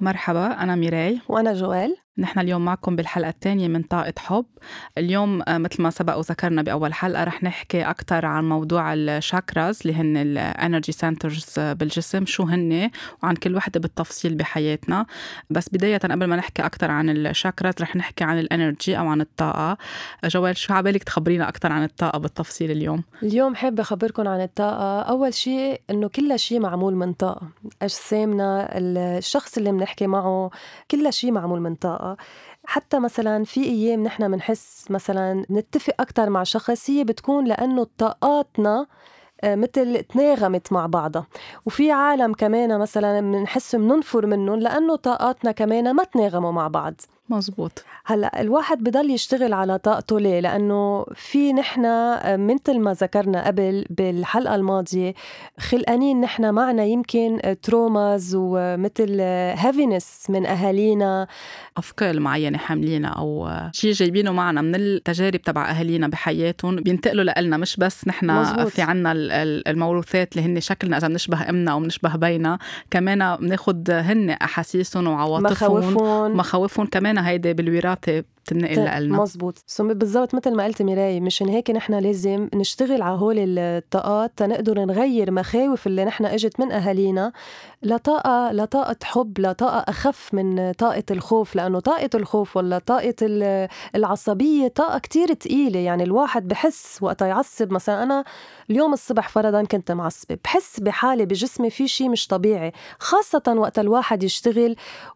مرحبا، أنا ميراي وأنا جوال. نحن اليوم معكم بالحلقة الثانية من طاقة حب. اليوم مثل ما سبق وذكرنا بأول حلقة رح نحكي أكتر عن موضوع الشاكراز اللي هن الانرجي سنترز بالجسم، شو هن وعن كل وحدة بالتفصيل بحياتنا. بس بداية قبل ما نحكي أكتر عن الشاكراز رح نحكي عن الانرجي أو عن الطاقة. جوال، شو عبالك تخبرينا أكتر عن الطاقة بالتفصيل اليوم حابة أخبركم عن الطاقة. أول شيء إنه كل شيء معمول من طاقة، أجسامنا، الشخص اللي بنحكي معه، كل شيء معمول من طاقة. حتى مثلا في أيام نحن منحس مثلا نتفق أكتر مع شخص، هي بتكون لأنه طاقاتنا مثل تناغمت مع بعضها. وفي عالم كمان مثلا منحس مننفر منهم لأنه طاقاتنا كمان ما تناغموا مع بعض. مزبوط. هلأ الواحد بضل يشتغل على طاقته. ليه؟ لأنه في نحنا مثل ما ذكرنا قبل بالحلقة الماضية، خلقانين نحنا معنا يمكن تروماز ومثل هيفينس من أهالينا، أفكار معينة حاملينها أو شيء جايبينه معنا من التجارب تبع أهالينا بحياتهم، بينتقلوا لنا. مش بس نحن مزبوط. في عنا الموروثات اللي هن شكلنا إذا بنشبه أمنا أو بنشبه بينا، كمان بناخد هن أحاسيسهم وعواطفهم مخاوفهم كمان هيدا بالوراثة بتنقل لنا. مزبوط. بالضبط مثل ما قلت ميراي، مشان هيك نحن لازم نشتغل على هول الطاقات تنقدر نغير مخاوف اللي نحن اجت من أهالينا لطاقة حب، لطاقة أخف من طاقة الخوف. لأنه طاقة الخوف ولا طاقة العصبية طاقة كتير تقيلة. يعني الواحد بحس وقت يعصب، مثلا أنا اليوم الصبح فرضاً كنت معصبة، بحس بحالي بجسمي في شيء مش طبيعي، خاصة وقت الواحد يشتغل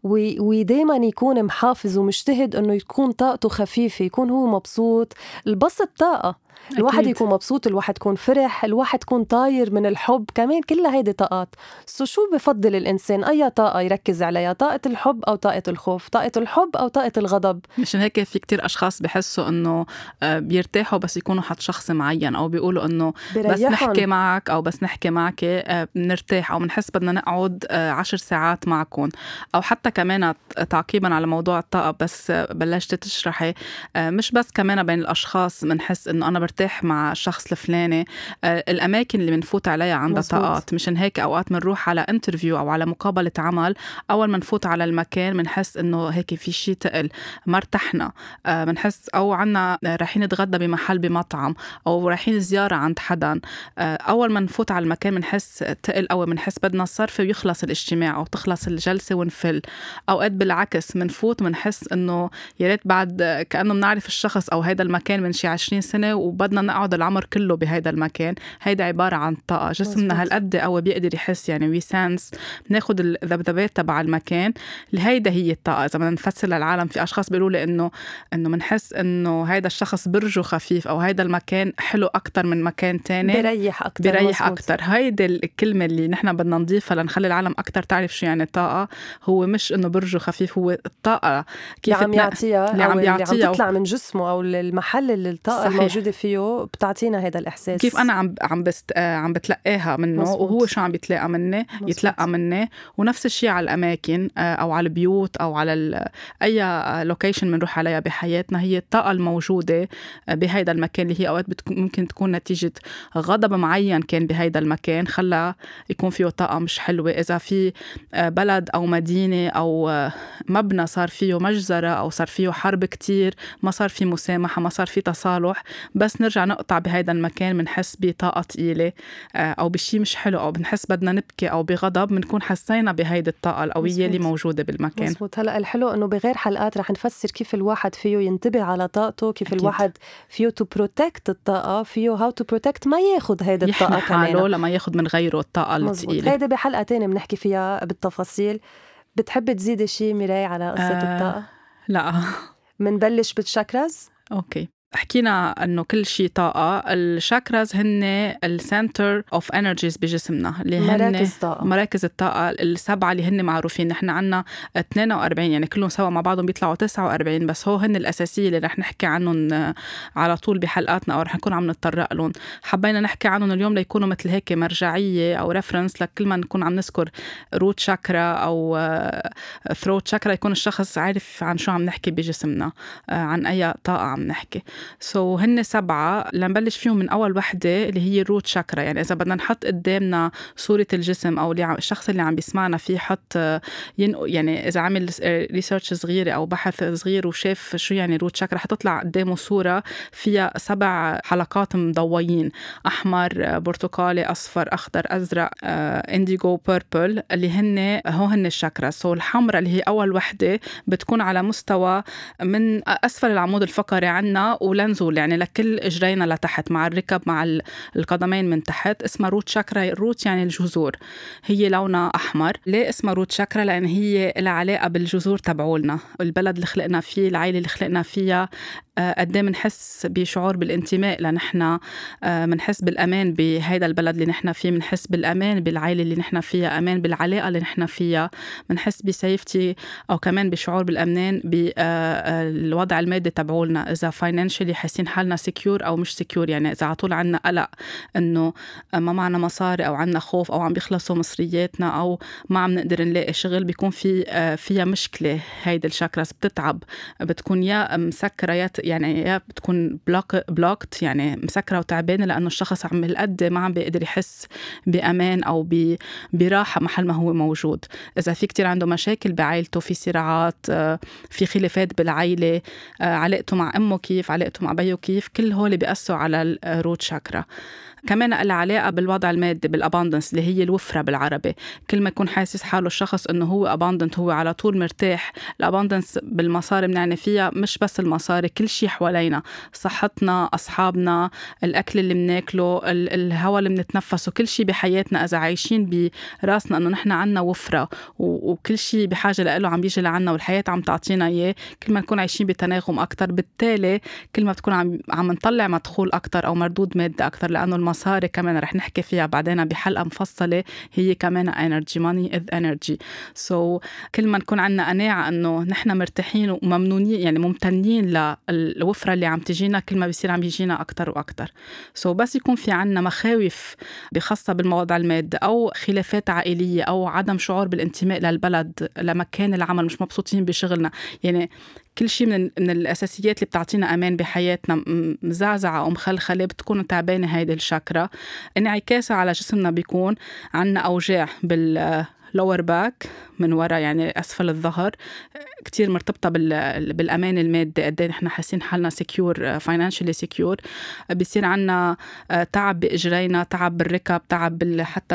ودايما يكون محافظ ومجتهد أنه يكون طاقته خفيفة، يكون هو مبسوط. البسط طاقة، الواحد يكون مبسوط، الواحد يكون فرح، الواحد يكون طاير من الحب، كمان كلها هيدي طاقات. شو بفضل الإنسان؟ أي طاقة يركز عليها؟ طاقة الحب أو طاقة الخوف؟ طاقة الحب أو طاقة الغضب؟ مشان هيك في كتير أشخاص بحسوا أنه بيرتاحوا بس يكونوا حد شخص معين، أو بيقولوا أنه بس نحكي معك أو بس نحكي معك بنرتاح، أو بنحس بدنا نقعد 10 ساعات معكم. أو حتى كمان تعقيبا على موضوع الطاقة، بس بلشت تشرحي مش بس كمان بين الأشخاص بنحس أنه أنا برتاح مع الشخص الفلاني، الأماكن اللي بنفوت عليها عندها طاقات. مشان هيك أوقات منروح على انترفيو أو على مقابلة عمل، أول ما نفوت على المكان بنحس أنه هيك في شيء تقل، مرتحنا. بنحس أو عنا رايحين نتغدى بمحل بمطعم أو رايحين زيارة عند حدا، أول ما نفوت على المكان بنحس تقل قوي، بنحس بدنا الصرف ويخلص الاجتماع أو تخلص الجلسة ونفل. أوقات بالعكس منفوت بنحس أنه يا ريت بعد كأنه بنعرف الشخص أو هيدا المكان من شي 20 سنة وبدنا نقعد العمر كله بهيدا المكان. هيدا عبارة عن طاقة. جسمنا هالقد قوي بيقدر يحس، يعني وي سانس، بناخد الذبذبات تبع المكان. هيدا هي الطاقة. إذا بدنا نفسر للعالم، في أشخاص بيقولوا لي إنه منحس إنه هيدا الشخص برجه خفيف أو هيدا المكان حلو أكتر من مكان تاني، بيريح أكتر. هيدا الكلمة اللي نحن بدنا نضيفها لنخلي العالم أكتر تعرف شو يعني الطاقة. هو مش إنه برجه خفيف، هو الطاقة كيف اللي عم يعطيها اللي عم تطلع من جسمه أو المحل اللي الطاقة الموجودة فيه بتعطينا هذا الإحساس. كيف أنا عم بتلقاها منه. مزبوط. وهو شو عم بيتلقى مني. مزبوط. يتلقى مني. ونفس الشيء على الأماكن أو على البيوت أو على أي لوكيشن بنروح عليها بحياتنا. هي الطاقة الموجودة بهيدا المكان اللي هي أوقات ممكن تكون نتيجة غضب معين كان بهيدا المكان خلى يكون فيه طاقة مش حلوة. إذا في بلد أو مدينة أو مبنى صار فيه مجزرة أو صار فيه حرب كتير، ما صار فيه مسامحة، ما صار فيه تصالح، بس نرجع نقطع بهيدا المكان بنحس بطاقة تقيلة أو بشي مش حلو، أو بنحس بدنا نبكي أو بغضب، بنكون حسينا بهيدا الطاقة القوية اللي موجودة بالمكان. مزبوط. هلأ الحلو أنه بغير حلقات رح نفسر كيف الواحد فيه ينتبه على طاقته، كيف أكيد. الواحد فيه to protect الطاقة، فيه how to protect ما ياخد هيدا الطاقة كمان، حاله لما ياخد من غيره الطاقة الثقيلة. هيدا بحلقة تانية بنحكي فيها بالتفاصيل. بتحب تزيد شيء ميراي على قصة الطاقة؟ لا. منبلش بالشاكراز؟ أوكي. حكينا أنه كل شيء طاقة. الشاكراز هن السنتر اوف انرجيز بجسمنا، اللي هن مراكز الطاقة السبعة اللي هن معروفين. نحن عنا 42، يعني كلهم سوا مع بعضهم بيطلعوا 49، بس هو هن الأساسية اللي رح نحكي عنهم على طول بحلقاتنا أو رح نكون عم نتطرق لهم. حبينا نحكي عنهم اليوم ليكونوا مثل هيك مرجعية أو ريفرنس لكل ما نكون عم نذكر روت شاكرا أو ثروت شاكرا، يكون الشخص عارف عن شو عم نحكي بجسمنا، عن أي طاقة عم نحكي. هن 7 لنبلش فيهم من أول وحدة اللي هي الروت شاكرا. يعني إذا بدنا نحط قدامنا صورة الجسم أو الشخص اللي عم بيسمعنا فيه حط يعني إذا عمل ريسيرش صغيرة أو بحث صغير وشاف شو يعني روت شاكرا، حتطلع قدامه صورة فيها 7 حلقات مضويين، أحمر، برتقالي، أصفر، أخضر، أزرق، إنديغو، بيربل، اللي هن الشاكرا. الحمرة اللي هي أول وحدة بتكون على مستوى من أسفل العمود الفقري عنا ولنزول، يعني لكل إجرينا لتحت مع الركب مع القدمين من تحت، اسمها روت شاكرا. الروت يعني الجذور، هي لونها أحمر. ليه اسمها روت شاكرا؟ لأن هي لها علاقة بالجذور تبعولنا، البلد اللي خلقنا فيه، العائلة اللي خلقنا فيها، قدام منحس بشعور بالانتماء لنحنا، منحس بالأمان بهيدا البلد اللي نحنا فيه، منحس بالأمان بالعائلة اللي نحنا فيها، أمان بالعلاقة اللي نحنا فيها، منحس بسيفتي أو كمان بشعور بالأمان بالوضع المادي تبعولنا، إذا financially حاسين حالنا secure أو مش secure. يعني إذا عطول عنا قلق إنه ما معنا مصاري أو عنا خوف أو عم بيخلصوا مصرياتنا أو ما عم نقدر نلاقي شغل، بيكون فيها مشكلة. هيدا الشاكراس بتتعب، بتكون يا مسكرة يعني بتكون بلوكت، يعني مسكرة وتعبانة، لأنه الشخص عم القد ما عم بيقدر يحس بأمان أو براحة محل ما هو موجود. إذا في كتير عنده مشاكل بعائلته، في صراعات، في خلافات بالعائلة، علاقته مع أمه كيف، علاقته مع بيه كيف، كل هول بيأثروا على الروت شاكرا. كمان لها علاقة بالوضع المادي، بالاباندنس اللي هي الوفرة بالعربي. كل ما يكون حاسس حاله الشخص انه هو اباندنت، هو على طول مرتاح. الاباندنس بالمصاري بنعني فيها مش بس المصاري، كل شيء حوالينا، صحتنا، اصحابنا، الاكل اللي بناكله، الهواء اللي بنتنفسه، كل شيء بحياتنا اذا عايشين براسنا انه نحن عنا وفرة وكل شيء بحاجة له عم بيجي لعنا والحياة عم تعطينا اياه، كل ما نكون عايشين بتناغم اكتر، بالتالي كل ما بتكون عم نطلع مدخول اكتر او مردود مادي اكتر. لانه المصاري كمان رح نحكي فيها بعدين بحلقة مفصلة، هي كمان energy، money is energy. كل ما نكون عنا قناعة انه نحن مرتاحين وممنونين، يعني ممتنين للوفرة اللي عم تجينا، كل ما بيصير عم يجينا اكتر واكتر. بس يكون في عنا مخاوف بخاصة بالموضوع المادي او خلافات عائلية او عدم شعور بالانتماء للبلد، لمكان العمل، مش مبسوطين بشغلنا، يعني كل شيء من الأساسيات اللي بتعطينا أمان بحياتنا مزعزعة أو مخلخلة، بتكون تعبانة هيدي الشاكرا. انعكاسها على جسمنا بيكون عنا أوجاع باللور باك من وراء، يعني أسفل الظهر، كتير مرتبطة بالأمان المادي، قد ايه نحن حاسين حالنا secure financially secure. بيصير عنا تعب بإجرينا، تعب بالركب، تعب حتى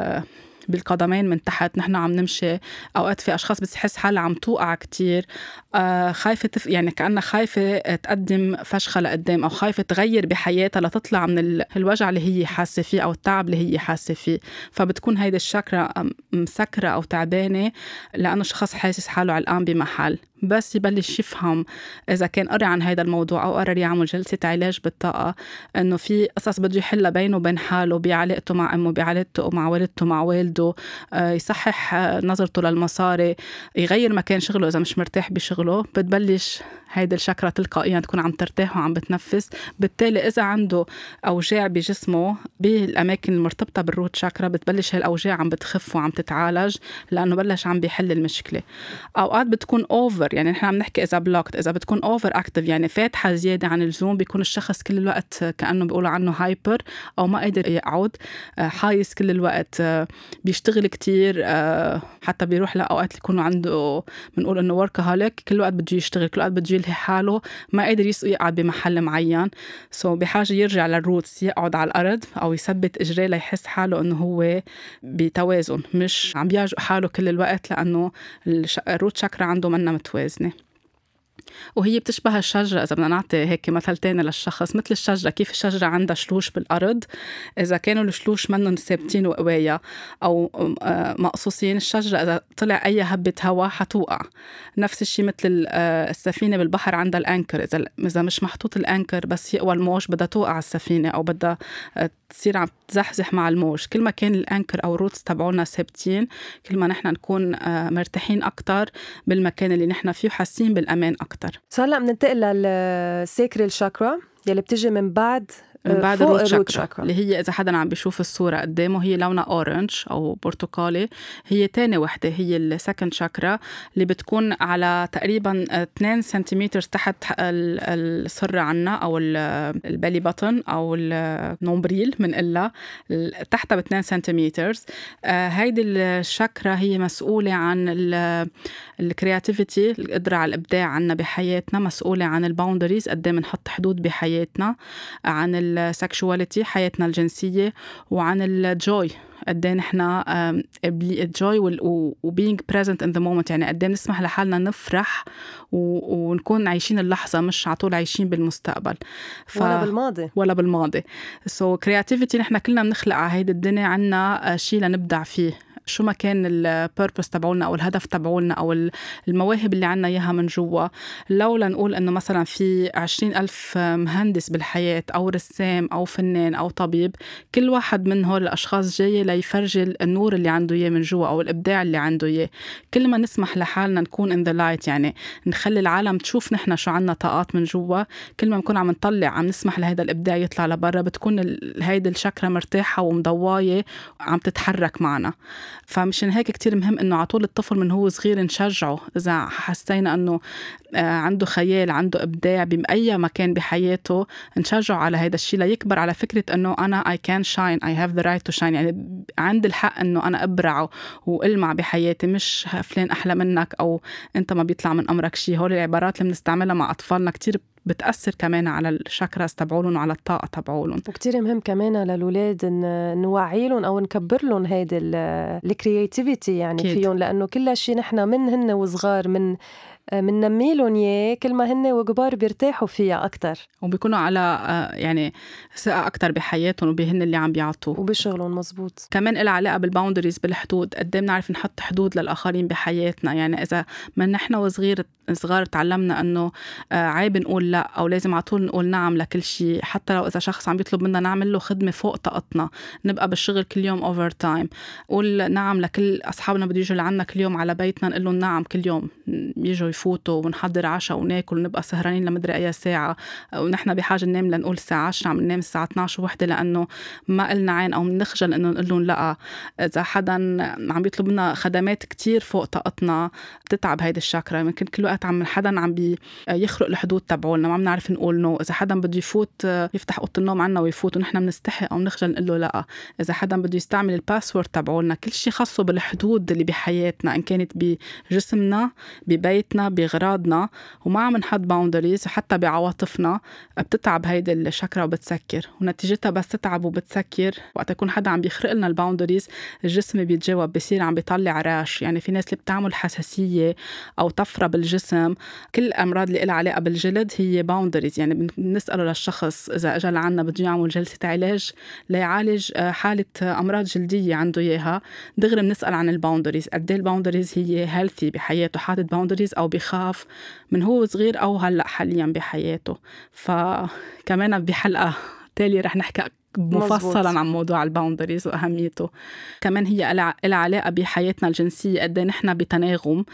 بالقدمين من تحت، نحن عم نمشي. أوقات في أشخاص بتحس حالها عم توقع كتير، خايفة يعني كأنها خايفة تقدم فشخة لقدام، أو خايفة تغير بحياتها لتطلع من الوجع اللي هي حاسة فيه أو التعب اللي هي حاسة فيه. فبتكون هيدا الشاكرا مسكرة أو تعبانة، لأنه الشخص حاسس حاله علقان بمحل. بس يبلش يفهم إذا كان قرأ عن هذا الموضوع أو قرر يعمل جلسة علاج بالطاقة، إنه في قصص بده يحلها بينه وبين حاله، بعلاقته مع أمه، بعلاقته مع والدته، مع والده، يصحح نظرته للمصاري، يغير مكان شغله إذا مش مرتاح بشغله. بتبلش هيدا الشاكرا تلقائيا تكون عم ترتاح وعم بتنفس. بالتالي إذا عنده أوجاع بجسمه بالأماكن المرتبطة بالروت شاكرا، بتبلش هالأوجاع عم بتخف وعم تتعالج، لأنه بلش عم بيحل المشكلة. أوقات بتكون أوفر، يعني نحن عم نحكي إذا بلوكت، إذا بتكون أوفر أكتف، يعني فاتحة زيادة عن اللزوم، بيكون الشخص كل الوقت كأنه بيقولوا عنه هايبر، أو ما قادر يقعد، حايس كل الوقت، بيشتغل كتير، حتى بيروح لأوقات يكونوا عنده بنقول إنه وركهوليك، كل وقت بده يشتغل، كل وقت بده يلهي حاله، ما قادر يقعد بمحل معين. بحاجة يرجع للروتس، يقعد على الأرض أو يثبت إجريه ليحس حاله إنه هو بتوازن، مش عم بيعجق حاله كل الوقت، لأنه الروت شاكرا عنده منا متوازنة. وهي بتشبه الشجرة، إذا بدنا نعطي هيك مثل تاني للشخص، مثل الشجرة، كيف الشجرة عندها شلوش بالأرض، إذا كانوا الشلوش منهم ثابتين وقوايا أو مقصوصين، الشجرة إذا طلع أي هبة هوا حتوقع. نفس الشيء مثل السفينة بالبحر عندها الأنكر، إذا مش محطوط الأنكر بس يقوى الموج، بدها توقع السفينة أو بدها تصير عم تزحزح مع الموج. كل ما كان الأنكر أو الروتس تبعونا ثابتين، كل ما نحن نكون مرتاحين أكتر بالمكان اللي نحن فيه وحاسين بالأمان أكتر. صار لنا بننتقل للساكرال شاكرا يلي بتجي من بعد من بعد الروت شاكرا اللي هي إذا حدا عم بيشوف الصورة قدامه هي لونها أورنج أو برتقالي. هي تاني وحدة هي السكند شاكرا اللي بتكون على تقريبا 2 سنتيمتر تحت السرة عنا أو البالي بطن أو النومبريل من إلا تحتها 2 سنتيمتر. هيدي الشاكرا هي مسؤولة عن الكرياتيفيتي، القدرة على الإبداع عنا بحياتنا، مسؤولة عن الباوندريز قدام نحط حدود بحياتنا، عن السكشواليتي حياتنا الجنسية، وعن الجوي قدام نحنا الجوي وbeing present in the moment، يعني قدام نسمح لحالنا نفرح ونكون عايشين اللحظة مش عطول عايشين بالمستقبل ولا بالماضي. so creativity نحنا كلنا بنخلق على هيدا الدنيا عنا شيء لنبدع فيه، شو ما كان البيربس تبعولنا أو الهدف تبعولنا أو المواهب اللي عنا إياها من جوا. لولا نقول إنه مثلا في 20,000 مهندس بالحياة أو رسام أو فنان أو طبيب، كل واحد من هول الأشخاص جاي ليفرجي النور اللي عنده إياه من جوا أو الإبداع اللي عنده إياه. كل ما نسمح لحالنا نكون in the light، يعني نخلي العالم تشوف نحنا شو عنا طاقات من جوا، كل ما نكون عم نطلع عم نسمح لهيدا الإبداع يطلع لبرا، بتكون هيدا الشكرة مرتاحة ومضواية عم تتحرك معنا. فمشان هيك كتير مهم إنه عطول الطفل من هو صغير نشجعه إذا حسينا إنه عنده خيال عنده إبداع بأي مكان بحياته، نشجعه على هذا الشيء ليكبر على فكرة إنه أنا I can shine I have the right to shine، يعني عندي الحق إنه أنا أبرع وألمع بحياتي، مش فلان أحلى منك أو أنت ما بيطلع من أمرك شيء. هول العبارات اللي بنستعملها مع أطفالنا كتير بتأثر كمان على الشاكراس تبعولن وعلى الطاقة تبعولن. وكتير مهم كمان للولاد إن نوعيلن أو نكبر لهم هيدا الكرياتيفيتي يعني فيهم، لأنه كل شيء نحنا من هن وصغار من نميلهم إياه، كل ما هن وكبار بيرتاحوا فيها أكتر وبيكونوا على يعني ثقة أكتر بحياتهم وبهن اللي عم بيعطوه وبشغلهم. مزبوط. كمان إلها علاقة بالباوندريز، بالحدود، قد ايه بنعرف نحط حدود للآخرين بحياتنا. يعني إذا من نحن صغار تعلمنا أنه عيب نقول لا أو لازم عطول نقول نعم لكل شيء، حتى لو إذا شخص عم بيطلب منا نعمل له خدمة فوق طاقتنا، نبقى بالشغل كل يوم أوفر تايم، قول نعم لكل أصحابنا بده يجوا لعنا كل يوم على بيتنا، نقول لهم نعم كل يوم، يجوا يفوتوا ونحضر عشاء وناكل ونبقى سهرانين لمدري أي ساعة، ونحن بحاجة ننام لنقول الساعة 10 عم ننام الساعة 12 وحدة لأنه ما قلنا عين أو نخجل إنه نقول لهم لا. إذا حدا عم بيطلب منا خدمات كتير فوق طاقتنا بتتعب هيدا الشاكرا. يمكن كل وقت حدا عم يخرق الحدود تبعولنا، ما بنعرف نقول نو. إذا حدا بده يفوت يفتح أوضة النوم عنا ويفوت ونحن بنستحي أو نخجل نقول له لا. إذا حدا بده يستعمل الباسورد تبعولنا، كل شيء خاصه بالحدود اللي بحياتنا، إن كانت بجسمنا ببيتنا بغراضنا، وما عم نحط باوندريز حتى بعواطفنا، بتتعب هيدا الشاكرا وبتسكر. ونتيجتها بس تتعب وبتسكر وقت يكون حدا عم بيخرق لنا الباوندريز، الجسم بيتجاوب، بيصير عم بيطلع راش. يعني في ناس اللي بتعمل حساسية أو طفرة بالجسم، كل الأمراض اللي لها علاقة بالجلد هي باوندريز. يعني بنسأله للشخص إذا أجا لعنا بده يعمل جلسة علاج ليعالج حالة أمراض جلدية عنده إياها، دغري بنسأل عن الباوندريز، قد ايه الباوندريز هي هيلثي بحياته، حاطط باوندريز أو بيخاف من هو صغير أو هلأ حاليا بحياته. فكمان بحلقة تالي رح نحكي مفصلا عن موضوع الباوندريز وأهميته. كمان هي لها علاقة بحياتنا الجنسية، قد ايه نحن بتناغم،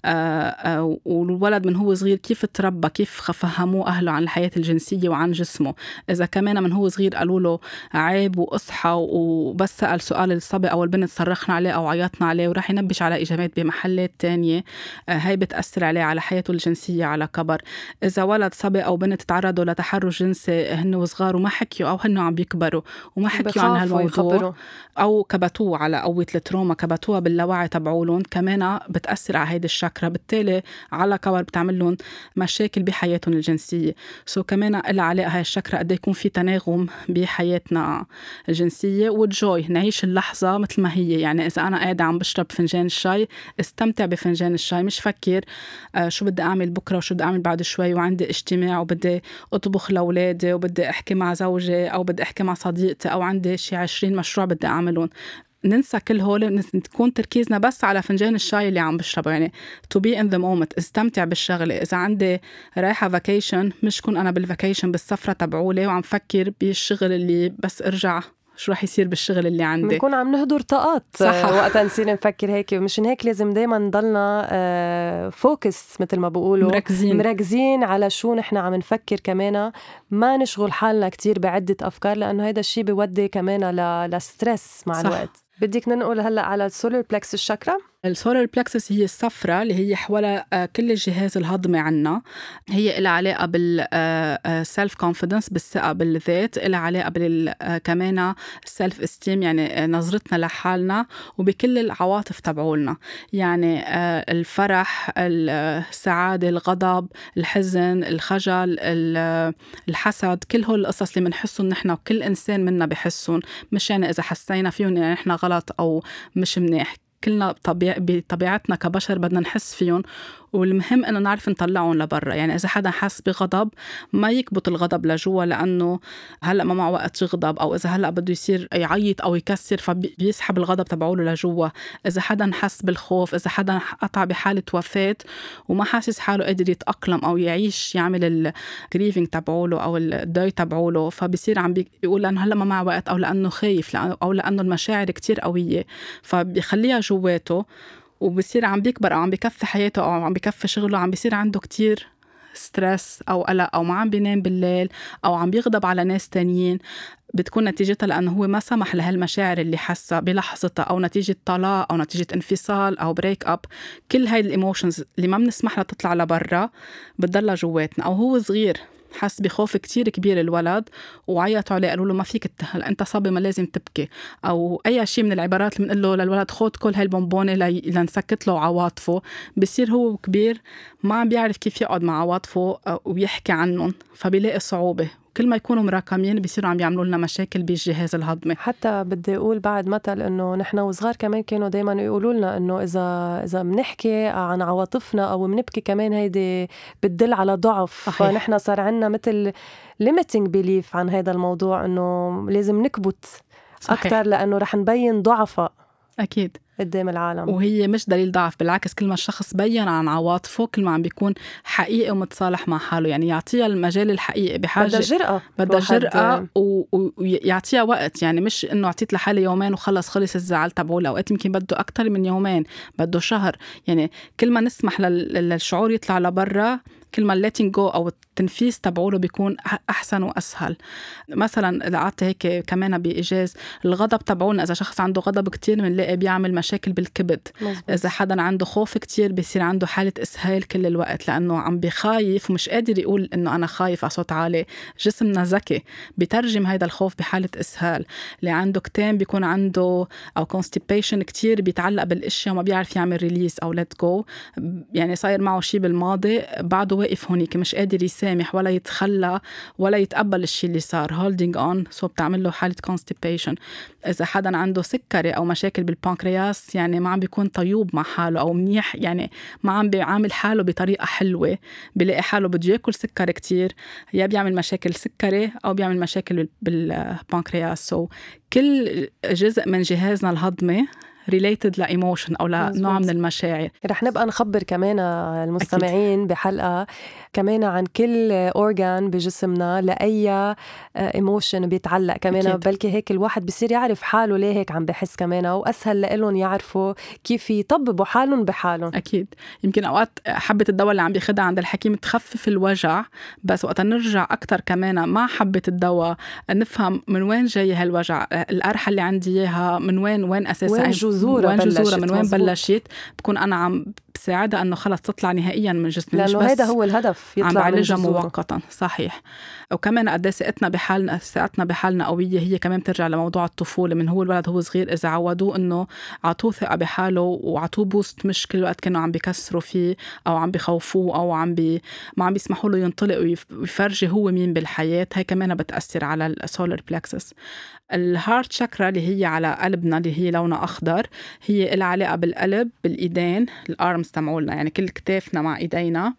والولد من هو صغير كيف تربى، كيف فهموه أهله عن الحياة الجنسية وعن جسمه. إذا كمان من هو صغير قالوا له عيب وأصحى وبس سأل سؤال الصبي أو البنت صرخنا عليه أو عيطنا عليه وراح ينبش على إجابات بمحلات تانية، هاي بتأثر عليه على حياته الجنسية على كبر. إذا ولد صبي أو بنت تعرضوا لتحرش جنسي هن وصغار وما حكيوا أو هن عم بيكبروا وما حكيوا عن هالموضوع أو كبتوه على قوة التروما، كبتوها باللاوعي تبعولهم، كمان بتأثر على هيدا الشاكرا، بالتالي على كبر بتعمل لهم مشاكل بحياتهم الجنسية. كمان إلها علاقة هاي الشاكرا قد يكون في تناغم بحياتنا الجنسية. والجوي، نعيش اللحظة مثل ما هي. يعني إذا أنا قاعدة عم بشرب فنجان الشاي، استمتع بفنجان الشاي، مش فكر شو بدي أعمل بكرة وشو بدي أعمل بعد شوي وعندي اجتماع وبدي أطبخ لأولادي وبدي أحكي مع زوجي أو بدي أحكي مع صديقتي أو عندي شي 20 مشروع بدي أعملهم. ننسى كل هول، نكون تركيزنا بس على فنجان الشاي اللي عم بشربه. يعني to be in the moment، استمتع بالشغلة. إذا عندي رايحة فاكيشن، مش كون أنا بالفاكيشن بالسفرة تبعولي وعم فكر بالشغل اللي بس أرجع شو رح يصير بالشغل اللي عندي. بنكون عم نهدر طاقات وقتها نصير نفكر هيك. مشان هيك لازم دايما نضلنا فوكس مثل ما بقولوا مركزين على شو نحن عم نفكر كمان، ما نشغل حالنا كتير بعدة أفكار، لأنه هيدا الشيء بيودي كمان لستريس مع الوقت. بدك ننقل هلأ على السولار بلكسس شاكرا. السولار بلكسس هي الصفرة اللي هي حول كل الجهاز الهضمي عنا. هي إلها علاقة بالسلف كونفيدنس، بالثقة بالذات، إلها علاقة كمان السلف استيم، يعني نظرتنا لحالنا، وبكل العواطف تبعولنا، يعني الفرح، السعادة، الغضب، الحزن، الخجل، الحسد، كل هول القصص اللي منحسهم نحن وكل إنسان منا بحسهم. مش يعني إذا حسينا فيهم يعني نحن غلط أو مش منيح، كلنا بطبيعتنا كبشر بدنا نحس فيهم، والمهم إنه نعرف نطلعهم لبرا. يعني إذا حدا حس بغضب ما يكبت الغضب لجوا، لأنه هلأ ما مع وقت يغضب، أو إذا هلأ بده يصير يعيط أو يكسر فبيسحب الغضب تبعوله لجوا. إذا حدا حس بالخوف، إذا حدا قطع بحالة وفاة وما حاسس حاله قادر يتأقلم أو يعيش يعمل الجريفينج تبعوله أو الداي تبعوله، فبيصير عم بيقول لأنه هلأ ما مع وقت، أو لأنه خايف، أو لأنه المشاعر كتير قوية فبيخليها جواته، وبصير عم بيكبر أو عم بيكفي حياته أو عم بيكفي شغله، عم بيصير عنده كتير ستريس أو قلق، أو ما عم بينام بالليل، أو عم بيغضب على ناس تانيين. بتكون نتيجتها لأنه هو ما سمح لهالمشاعر اللي حسها بلحظتها، أو نتيجة طلاق، أو نتيجة انفصال، أو بريك أب. كل هاي الإيموشنز اللي ما بنسمح لها تطلع لبرا بتضلها جواتنا. أو هو صغير حس بخوف كتير كبير الولد وعيطوا عليه قالوا له ما فيك انت صبي ما لازم تبكي، او اي شيء من العبارات اللي بنقول له للولد خود كل هاي البونبونة لنسكت له عواطفه. بصير هو كبير ما عم بيعرف كيف يقعد مع عواطفه ويحكي عنهم، فبيلاقي صعوبة. كل ما يكونوا مراكمين بيصيروا عم يعملوا لنا مشاكل بالجهاز الهضمي. حتى بدي أقول بعد مثل إنه نحن وصغار كمان كانوا دايما يقولوا لنا إنه إذا بنحكي عن عواطفنا أو بنبكي كمان هيدي بتدل على ضعف. صحيح. فنحن صار عنا مثل limiting belief عن هذا الموضوع، إنه لازم نكبت أكتر لأنه رح نبين ضعفاء. أكيد قدام العالم. وهي مش دليل ضعف، بالعكس كل ما الشخص بيّن عن عواطفه كل ما عم بيكون حقيقي ومتصالح مع حاله. يعني يعطيها المجال الحقيقي بحاجة بدها جرأة ويعطيها وقت. يعني مش إنه عطيت لحالي يومين وخلص خلص الزعل تبعوله، أوقات يمكن بده أكتر من يومين، بده شهر. يعني كل ما نسمح للشعور يطلع لبرا كل ما letting go أو التنفيذ تبعوله بيكون أحسن وأسهل. مثلا لقعدت هيك كمان بإجاز الغضب تبعولنا، إذا شخص عنده غضب كتير منلاقي بيعمل مشاكل بالكبد. مزبوط. إذا حدا عنده خوف كتير بيصير عنده حالة إسهال كل الوقت، لأنه عم بخايف ومش قادر يقول إنه أنا خايف على صوت عالي. جسمنا ذكي بيترجم هيدا الخوف بحالة إسهال. اللي عنده كتام بيكون عنده أو constipation كتير بيتعلق بالأشياء وما بيعرف يعمل ريليس أو let go. يعني صاير معه شي بالماضي بعده واقف هونيك مش قادر يسامح ولا يتخلى ولا يتقبل الشيء اللي صار holding on، so بتعمل له حالة constipation. إذا حدا عنده سكري أو مشاكل بالبانكرياس يعني ما عم بيكون طيوب مع حاله أو منيح، يعني ما عم بيعامل حاله بطريقة حلوة، بيلاقي حاله بده ياكل سكر كتير، يا بيعمل مشاكل سكري أو بيعمل مشاكل بالبانكرياس. so كل جزء من جهازنا الهضمي related لإيموشن أو لنوع من المشاعر. رح نبقى نخبر كمان المستمعين أكيد. بحلقة كمان عن كل أورغان بجسمنا لأي إيموشن بيتعلق كمان أكيد. بلكي هيك الواحد بيصير يعرف حاله ليه هيك عم بحس كمان، وأسهل لهم يعرفوا كيف يطببوا حالهم بحالهم. أكيد. يمكن أوقات حبة الدواء اللي عم بياخدها عند الحكيم تخفف الوجع، بس وقت نرجع أكتر كمان مع حبة الدواء نفهم من وين جاي هالوجع، القرحة اللي عندي إياها من وين أساسا، وين جذورة من وين بلشت. بكون أنا عم بساعدها أنه خلص تطلع نهائيا من جسمي، لأنه هذا هو الهدف، يطلع عم بعالجها مؤقتا. صحيح. وكمان قد ثقتنا بحالنا قوية هي كمان بترجع لموضوع الطفولة. من هو الولد هو صغير إذا عودوه إنه عطوه ثقة بحاله وعطوه بوست، مش كل وقت كانوا عم بيكسروا فيه أو عم بخوفوه أو ما عم بيسمحوا له ينطلق ويفرجي هو مين بالحياة، هاي كمان بتأثر على السولار بلكسس. الهارت شاكرا اللي هي على قلبنا اللي هي لونها أخضر، أكتر هي العلاقة بالقلب، بالإيدين، الأرمز تمعولنا، يعني كل كتافنا مع إيدينا،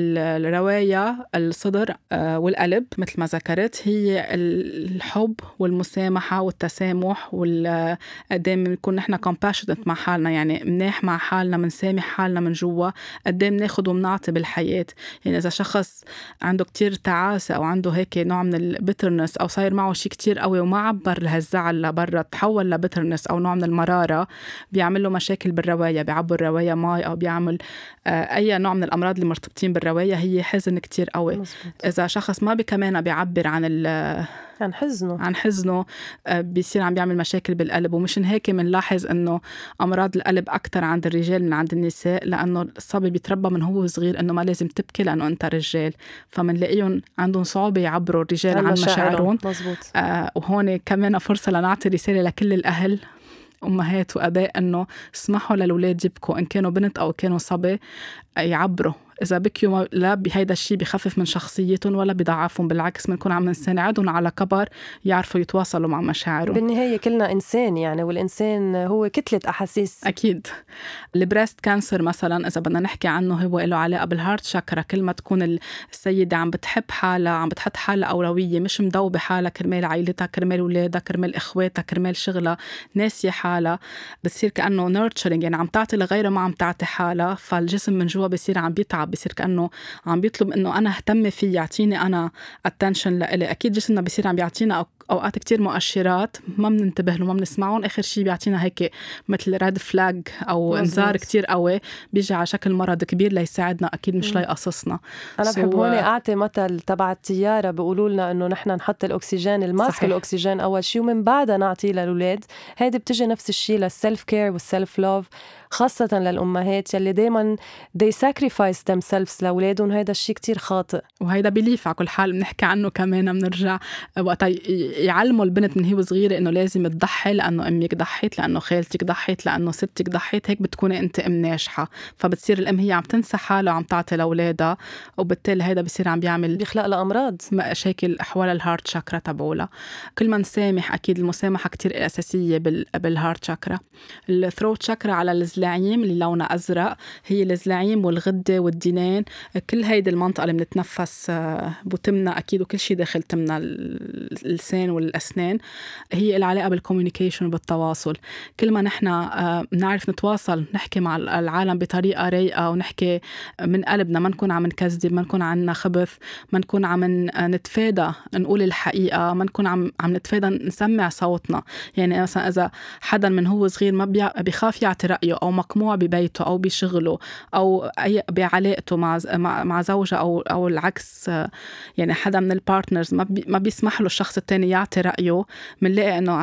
الرواية، الصدر والقلب مثل ما ذكرت. هي الحب والمسامحة والتسامح، قدام بنكون نحن compassionate مع حالنا، يعني مناح مع حالنا، منسامح حالنا من جوا، قدام ناخد ومنعطي بالحياة. يعني إذا شخص عنده كتير تعاسة أو عنده هيك نوع من البيترنس أو صاير معه شيء كتير قوي وما عبر لهالزعل لبرا، تحول لبيترنس أو نوع من المرارة، بيعمل له مشاكل بالرواية، بيعبوا الرواية ماي أو بيعمل أي نوع من الأمراض اللي مرتبطين بالرواية، هي حزن كتير قوي. مزبوط. إذا شخص ما كمان بيعبر عن حزنه بيصير عم بيعمل مشاكل بالقلب. ومشان هيك منلاحظ إنه أمراض القلب أكتر عند الرجال من عند النساء، لأنه الصبي بيتربى من هو صغير إنه ما لازم تبكي لأنه أنت رجال، فمنلاقيهم عندهم صعوبة يعبروا الرجال عن مشاعرهم. وهون كمان فرصة لنعطي رسالة لكل الأهل، أمهات وأباء، إنه اسمحوا للولاد يبكوا، إن كانوا بنت أو كانوا صبي، يعبروا. إذا بكيوا لا بهيدا الشيء بخفف من شخصيتهم ولا بضعفهم، بالعكس بنكون عم نساعدهم على كبر يعرفوا يتواصلوا مع مشاعرهم. بالنهاية كلنا إنسان يعني، والإنسان هو كتلة أحاسيس. أكيد. البريست كانسر مثلا إذا بدنا نحكي عنه، هو له علاقة بالهارت شاكرا. كل ما تكون السيدة عم بتحب حالها، عم بتحط حالها أولوية، مش مدوبة حالها كرمال عائلتها، كرمال ولادها، كرمال إخواتها، كرمال شغلها، ناسية حالها، بتصير كأنه nurturing، يعني عم تعطي لغيرها ما عم تعطي حالها، فالجسم من جوا بيصير عم بيتعب، بيصير كأنه عم بيطلب إنه أنا اهتم فيه، يعطيني أنا attention لإلي. أكيد جسمنا بيصير عم بيعطينا أوقات كتير مؤشرات ما بننتبه له، ما بنسمعهم، آخر شيء بيعطينا هيك مثل ريد فلاج أو إنذار كتير قوي، بيجي على شكل مرض كبير ليساعدنا، أكيد مش ليقصصنا. أنا بحب هون أعطي مثل تبع الطيارة، بيقولوا لنا إنه نحن نحط الأكسجين، الماسك الأكسجين أول شيء ومن بعدها نعطيه للولاد. هيدي بتجي نفس الشيء للسلف كير والسلف لوف، خاصة للأمهات يلي دايما they sacrifice themselves لأولادهم. هيدا الشيء كتير خاطئ، وهيدا بليف على كل حال بنحكي عنه كمان. بنرجع وقت يعلموا البنت من هي صغيرة إنه لازم تضحي، لأنه أمك ضحيت، لأنه خالتك ضحيت، لأنه ستك ضحيت، هيك بتكوني أنت أم ناجحة. فبتصير الأم هي عم تنسى حالها وعم تعطي لأولادها، وبالتالي هيدا بيصير عم بيخلق لها أمراض، مشاكل أحوال الهارت شاكرا تبعولها. كل ما نسامح، أكيد المسامحة كتير أساسية بالهارت شاكرا. الثروت شاكرا على الزلاعيم اللي لونها أزرق، هي الزلاعيم والغدة والدينين، كل هيدي المنطقة اللي بنتنفس بتمنا أكيد، وكل شيء داخل تمنا، اللسان والأسنان. هي العلاقة بالكوميونيكيشن وبالتواصل. كل ما نحن نعرف نتواصل، نحكي مع العالم بطريقة رايقة، ونحكي من قلبنا، ما نكون عم نكذب، ما نكون عنا خبث، ما نكون عم نتفادى نقول الحقيقة، ما نكون عم نتفادى نسمع صوتنا. يعني مثلا إذا حدا من هو صغير ما بيخاف يعطي رأيه، أو مقموع ببيته أو بشغله أو أي بعلاقته مع زوجة أو العكس، يعني حدا من البارتنرز ما بيسمح له الشخص التاني يعطي رأيه، منلاقي إنه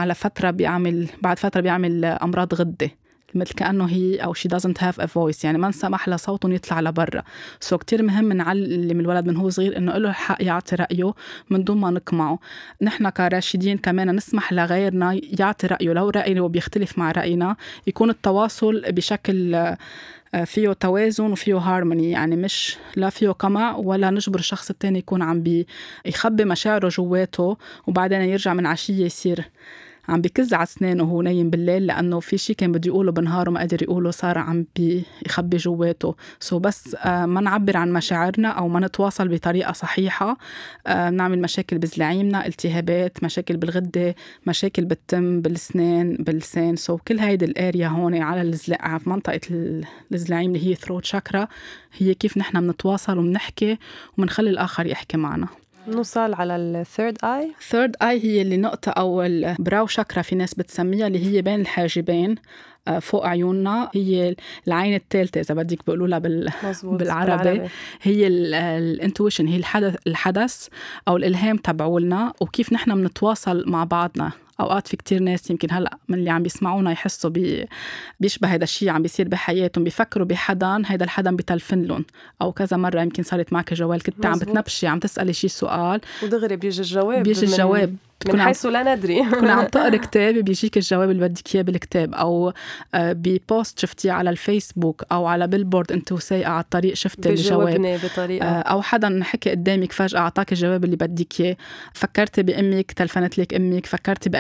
بعد فترة بيعمل أمراض غدة، مثل كأنه هي أو she doesn't have a voice، يعني ما نسمح له صوته يطلع لبرا. كتير مهم نعلم الولد من هو صغير إنه له الحق يعطي رأيه من دون ما نقمعه. نحن كراشدين كمان نسمح لغيرنا يعطي رأيه، لو رأيه بيختلف مع رأينا، يكون التواصل بشكل فيه توازن وفيه هارموني، يعني مش لا فيه قمع ولا نجبر الشخص التاني يكون عم يخبي مشاعره جواته، وبعدين يرجع من عشية يصير عم بيكز على أسنانه وهو نايم بالليل، لأنه في شيء كان بده يقوله بالنهار وما قدر يقوله، صار عم بيخبي جواته. بس ما نعبر عن مشاعرنا أو ما نتواصل بطريقة صحيحة، نعمل مشاكل بزلاعيمنا، التهابات، مشاكل بالغدة، مشاكل بالتم، بالسنان، باللسان. كل هيدي الاريا هون على في منطقة الزلاعيم اللي هي ثروت شاكرا، هي كيف نحن بنتواصل وبنحكي وبنخلي الآخر يحكي معنا. نوصل على الثيرد اي. ثيرد اي هي اللي نقطة أو البراو شاكرا في ناس بتسميها، اللي هي بين الحاجبين فوق عيوننا، هي العين الثالثة إذا بدك بيقولولها بالعربي. هي الانتويشن، هي الحدث أو الإلهام تبعولنا، وكيف نحن بنتواصل مع بعضنا. أوقات في كتير ناس يمكن هلأ من اللي عم بيسمعونا يحسوا بيشبه هذا الشيء عم بيصير بحياتهم، بيفكروا بحدا، هيدا الحدا بتلفن لهم. أو كذا مرة يمكن صارت معك جوال، كنت عم بتنبشي عم تسألي شي سؤال ودغري بيجي الجواب من حيث لا ندري. كنا عم تقرأ كتاب، بيجيك الجواب اللي بدك إياه بالكتاب، أو ببوست شفتيه على الفيسبوك أو على بيلبورد أنت وسايقة على الطريق شفت الجواب، أو حدا حكي قدامك فجأة أعطاك الجواب اللي بدك إياه. فكرتي بأمك، تلفنت لك أمك، فكرتي بأي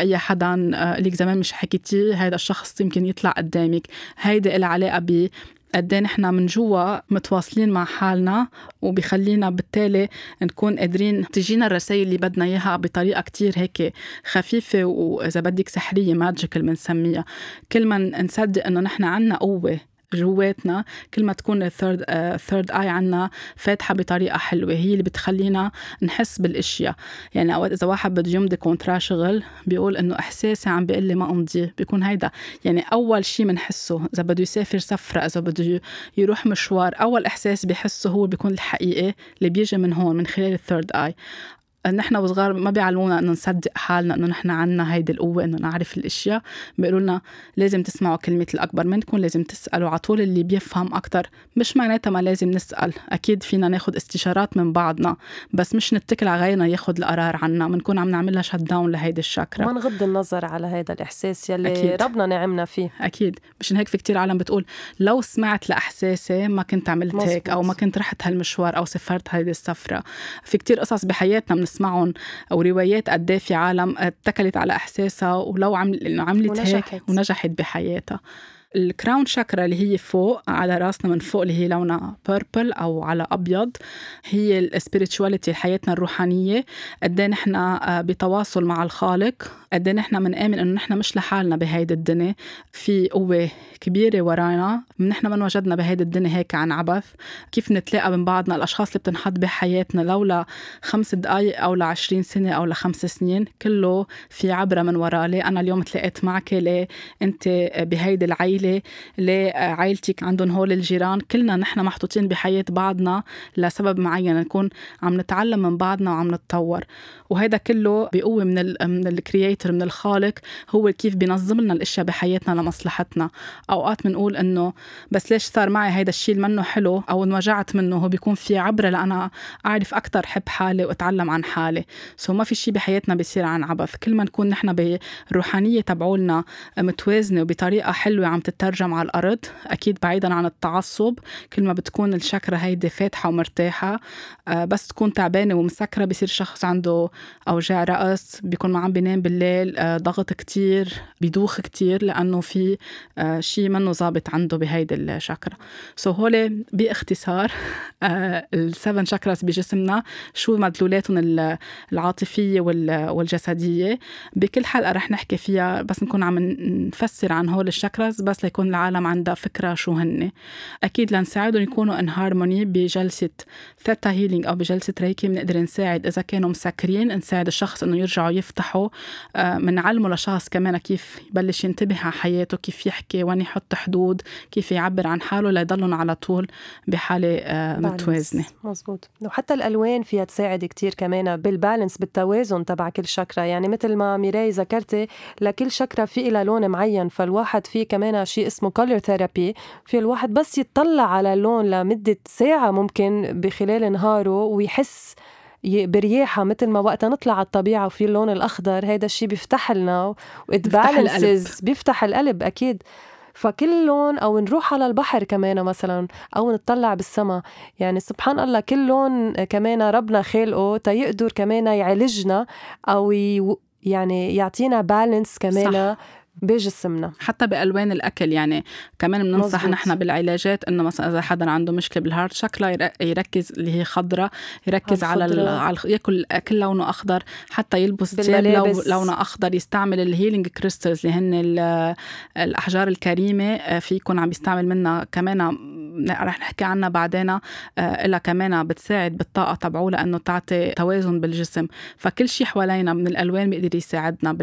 لأي حدا ليك زمان مش حكيتي، هيدا الشخص يمكن يطلع قدامك. هيدا إلها علاقة ب قدين نحن من جوا متواصلين مع حالنا، وبيخلينا بالتالي نكون قادرين تجينا الرسائل اللي بدنا إياها بطريقة كتير هيك خفيفة وإذا بدك سحرية، ماجيكال بنسميها. كل ما نصدق إنه نحن عنا قوة جواتنا، كل ما تكون الثيرد آي عنا فاتحة بطريقة حلوة، هي اللي بتخلينا نحس بالاشياء. يعني اوقات اذا واحد بده يمضي كونترا شغل بيقول انه احساسي عم بيقول لي ما امضي، بيكون هيدا يعني اول شيء بنحسه. اذا بده يسافر سفرة، اذا بده يروح مشوار، اول احساس بيحسه هو بيكون الحقيقي اللي بيجي من هون، من خلال الثيرد آي. نحن وصغار ما بيعلمونا انه نصدق حالنا انه نحن عنا هيدي القوه انه نعرف الاشياء. بيقولوا لنا لازم تسمعوا كلمه الاكبر منكم، لازم تسالوا على طول اللي بيفهم اكتر. مش معناتها ما لازم نسال، اكيد فينا ناخد استشارات من بعضنا، بس مش نتكل على غيرنا ياخد القرار عنا. بنكون عم نعملها شت داون لهيدي الشاكرا، ما نغض النظر على هذا الاحساس يلي أكيد. ربنا نعمنا فيه. اكيد. مشان هيك في كتير عالم بتقول لو سمعت لاحساسي ما كنت عملت هيك، او ما كنت رحت هالمشوار، او سافرت هيدي السفره. في كتير قصص بحياتنا بنسمعهم أو روايات قد في عالم اتكلت على إحساسها ولو عملت هيك ونجحت بحياتها. الكراون شاكرا اللي هي فوق على راسنا من فوق، اللي هي لونها بيربل أو على أبيض، هي الاسبيريتشواليتي، حياتنا الروحانية. قدين نحنا بتواصل مع الخالق، قدين نحنا منآمن إنه نحنا مش لحالنا بهيدا الدنيا، في قوة كبيرة ورانا. نحنا من وجدنا بهيدا الدنيا هيك عن عبث. كيف نتلاقى من بعضنا، الأشخاص اللي بتنحط بحياتنا لولا 5 دقايق أو 20 سنة أو 5 سنين، كله في عبرة من وراه. ليه أنا اليوم تلاقيت معك، ليه أنت بهيدا العيلة، ليه عائلتك عندهم هول الجيران. كلنا نحن محطوطين بحياة بعضنا لسبب معين، نكون عم نتعلم من بعضنا وعم نتطور. وهذا كله بقوة من الكرياتور، من الخالق، هو كيف بينظم لنا الاشياء بحياتنا لمصلحتنا. اوقات بنقول انه بس ليش صار معي هيدا الشيء منه حلو، او انوجعت منه، هو بيكون في عبرة لأنا اعرف اكتر حب حالي واتعلم عن حالي. ما في شيء بحياتنا بيصير عن عبث. كل ما نكون نحن بالروحانية تبعولنا متوازنة وبطريقة حلوة عم تترجم على الأرض، أكيد بعيدا عن التعصب، كل ما بتكون الشاكرا هيدي فاتحة ومرتاحة. بس تكون تعبانة ومسكرة، بيصير شخص عنده أوجاع رأس، بيكون ما عم بينام بالليل، ضغط كتير، بيدوخ كتير، لأنه في شيء منه ضابط عنده بهيدي الشاكرا. هولي باختصار ال7 شاكراس بجسمنا، شو مدلولاتهم العاطفية والجسدية. بكل حلقة رح نحكي فيها، بس نكون عم نفسر عن هول الشاكراس بس ليكون العالم عندها فكرة شو هن. أكيد لنساعدهم يكونوا in harmony بجلسة ثيتا هيلينج أو بجلسة ريكي. بنقدر نساعد إذا كانوا مسكرين، نساعد الشخص إنه يرجعوا يفتحوا. منعلمه لشخص كمان كيف يبلش ينتبه على حياته، كيف يحكي، وين يحط حدود، كيف يعبر عن حاله ليضلهم على طول بحالة متوازنة. مزبوط. وحتى الألوان فيها تساعد كتير كمان بالبالانس، بالتوازن تبع كل شاكرا. يعني مثل ما ميراي ذكرتي، لكل شاكرا في إلى لون معين، فالواحد فيه كمان شيء اسمه color therapy. في الواحد بس يتطلع على اللون لمدة ساعة ممكن بخلال نهاره ويحس برياحة، مثل ما وقتا نطلع على الطبيعة وفي اللون الأخضر، هيدا الشيء بيفتح لنا وإتبالانسز، بيفتح القلب أكيد. فكل لون، أو نروح على البحر كمان مثلا، أو نطلع بالسما، يعني سبحان الله كل لون كمان ربنا خلقه تيقدر كمان يعالجنا أو يعني يعطينا بالانس كمان. صح. بجسمنا. حتى بألوان الأكل، يعني كمان بننصح نحن بالعلاجات إنه مثلا إذا حدا عنده مشكلة بالهارت شكله يركز اللي هي خضرة، يركز على يأكل أكل لونه أخضر، حتى يلبس ثياب لونه أخضر، يستعمل الهيلينج كريستالز اللي هن الأحجار الكريمة، في يكون عم يستعمل منها كمان، رح نحكي عنها بعدين. إلا كمان بتساعد بالطاقة تبعه لأنه تعطي توازن بالجسم. فكل شيء حوالينا من الألوان بيقدر يساعدنا.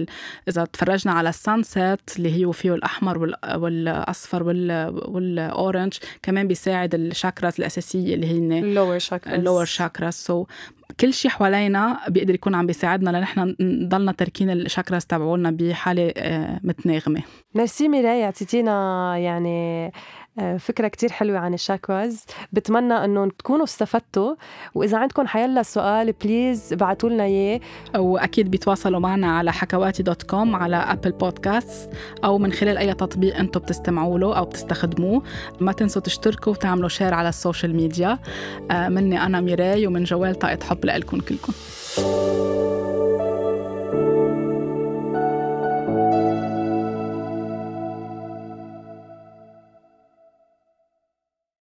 إذا تفرجنا على السانسيت اللي هو فيه الأحمر والأصفر والأورنج، كمان بيساعد الشاكراز الأساسية اللي هي اللور شاكراز. كل شيء حوالينا بيقدر يكون عم بيساعدنا لنحن نضلنا تركين الشاكراز تبعولنا بحالة متناغمة. ميرسي ميراي، عطيتينا يعني فكرة كتير حلوة عن الشاكراز. بتمنى أنه تكونوا استفدتوا، وإذا عندكم حيلا سؤال بليز بعتوا لنا إياه. وأكيد بيتواصلوا معنا على حكواتي.com، على أبل بودكاست، أو من خلال أي تطبيق أنتم بتستمعوا له أو بتستخدموه. ما تنسوا تشتركوا وتعملوا شير على السوشيال ميديا. مني أنا ميراي، ومن جوال طاقة حب لكم كلكم.